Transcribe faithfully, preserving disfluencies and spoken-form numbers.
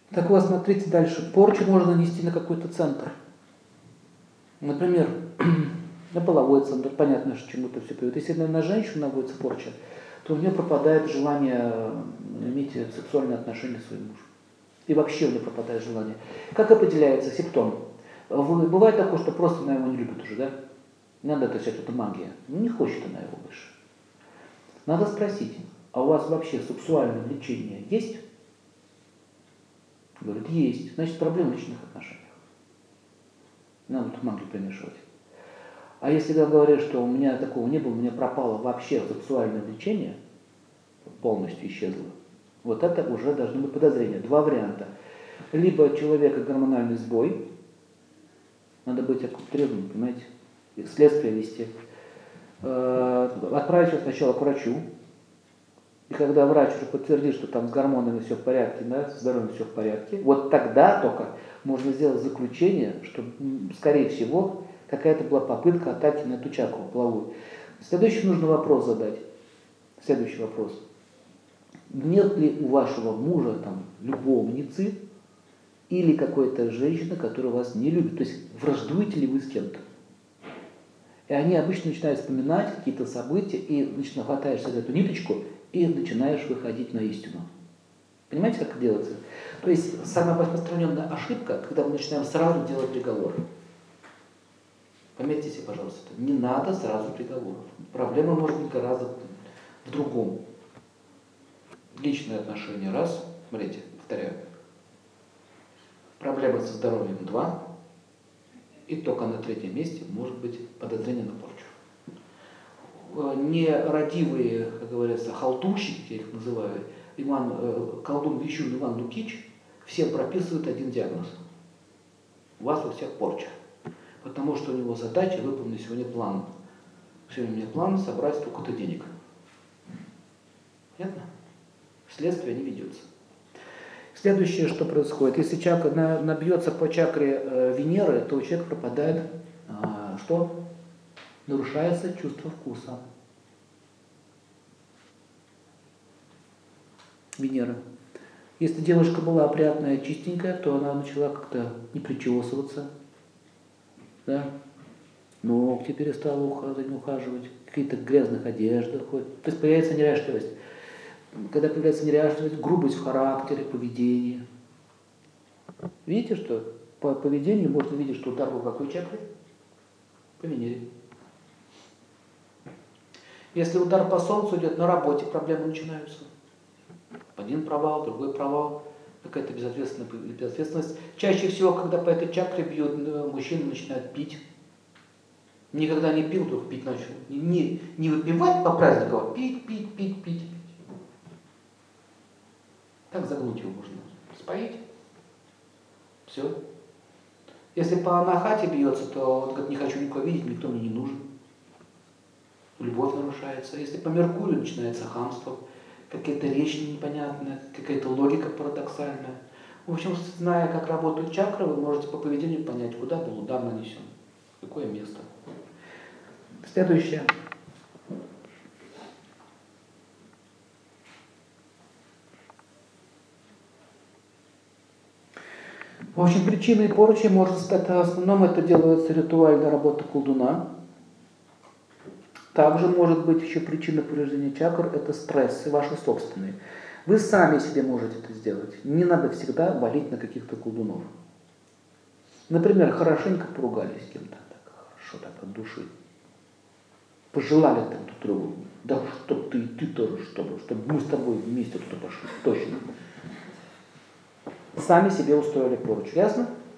Так вот, смотрите дальше. Порчу можно нанести на какой-то центр. Например, на половой центр, понятно, что чему-то все приводит. Если на женщину наводится порча, то у нее пропадает желание иметь сексуальные отношения с своим мужем. И вообще у нее пропадает желание. Как определяется симптом? Бывает такое, что просто она его не любит уже, да? Надо это все, это магия. Не хочет она его больше. Надо спросить, а у вас вообще сексуальное влечение есть? Говорит, есть. Значит, проблема в личных отношениях. Надо тут магию примешивать. А если я говорю, что у меня такого не было, у меня пропало вообще сексуальное влечение, полностью исчезло, вот это уже должны быть подозрения. Два варианта. Либо у человека гормональный сбой, надо быть трезвым, понимаете, следствие вести. Отправить его сначала к врачу, и когда врач уже подтвердит, что там с гормонами все в порядке, да, с здоровьем все в порядке, вот тогда только можно сделать заключение, что, скорее всего, какая-то была попытка атаки на эту чакру половую. Следующий нужно вопрос задать. Следующий вопрос. Нет ли у вашего мужа там любовницы или какой-то женщины, которая вас не любит? То есть враждуете ли вы с кем-то? И они обычно начинают вспоминать какие-то события, и начинаешь хватаешься за эту ниточку, и начинаешь выходить на истину. Понимаете, как это делается? То есть самая распространенная ошибка, когда мы начинаем сразу делать приговор. Пометьте себе, пожалуйста, не надо сразу приговоров. Проблема может быть гораздо в другом. Личные отношения раз, смотрите, повторяю. Проблема со здоровьем два. И только на третьем месте может быть подозрение на порчу. Нерадивые, как говорится, халтурщики, я их называю, Иван, колдун Вещун Иван Лукич, всем прописывает один диагноз. У вас у всех порча. Потому что у него задача выполнить сегодня план. Сегодня у меня план собрать столько-то денег. Понятно? Следствие не ведется. Следующее, что происходит, если чакра набьется по чакре э, Венеры, то у человека пропадает э, что? Нарушается чувство вкуса. Венера. Если девушка была опрятная, чистенькая, то она начала как-то не причесываться, да? Ногти перестала ухаживать, ухаживать, какие-то грязных одеждах ходит. То есть появляется неряшливость. Когда появляется неряшливость, грубость в характере, поведении. Видите, что по поведению можно видеть, что удар был какой чакры? По Венере. Если удар по Солнцу идет, на работе проблемы начинаются. Один провал, другой провал, какая-то безответственность. Чаще всего, когда по этой чакре бьют, мужчина начинает пить. Никогда не пил, вдруг пить начал. Не, не выпивать по праздникам, а пить, пить, пить, пить. Как загнуть его можно? Споить. Все. Если по анахате бьется, то он говорит, не хочу никого видеть, никто мне не нужен. Любовь нарушается. Если по Меркурию начинается хамство, какая-то речь непонятная, какая-то логика парадоксальная. В общем, зная, как работают чакры, вы можете по поведению понять, куда был удар нанесен, в какое место. Следующее. В общем, причиной порчи может стать, в основном это делается ритуальная работа колдуна. Также может быть еще причина повреждения чакр, это стрессы ваши собственные. Вы сами себе можете это сделать. Не надо всегда валить на каких-то колдунов. Например, хорошенько поругались с кем-то, так хорошо, так от души. Пожелали там друг другу, да чтоб ты и ты тоже, чтобы, чтобы мы с тобой вместе туда пошли, точно. Сами себе устроили порчу, ясно?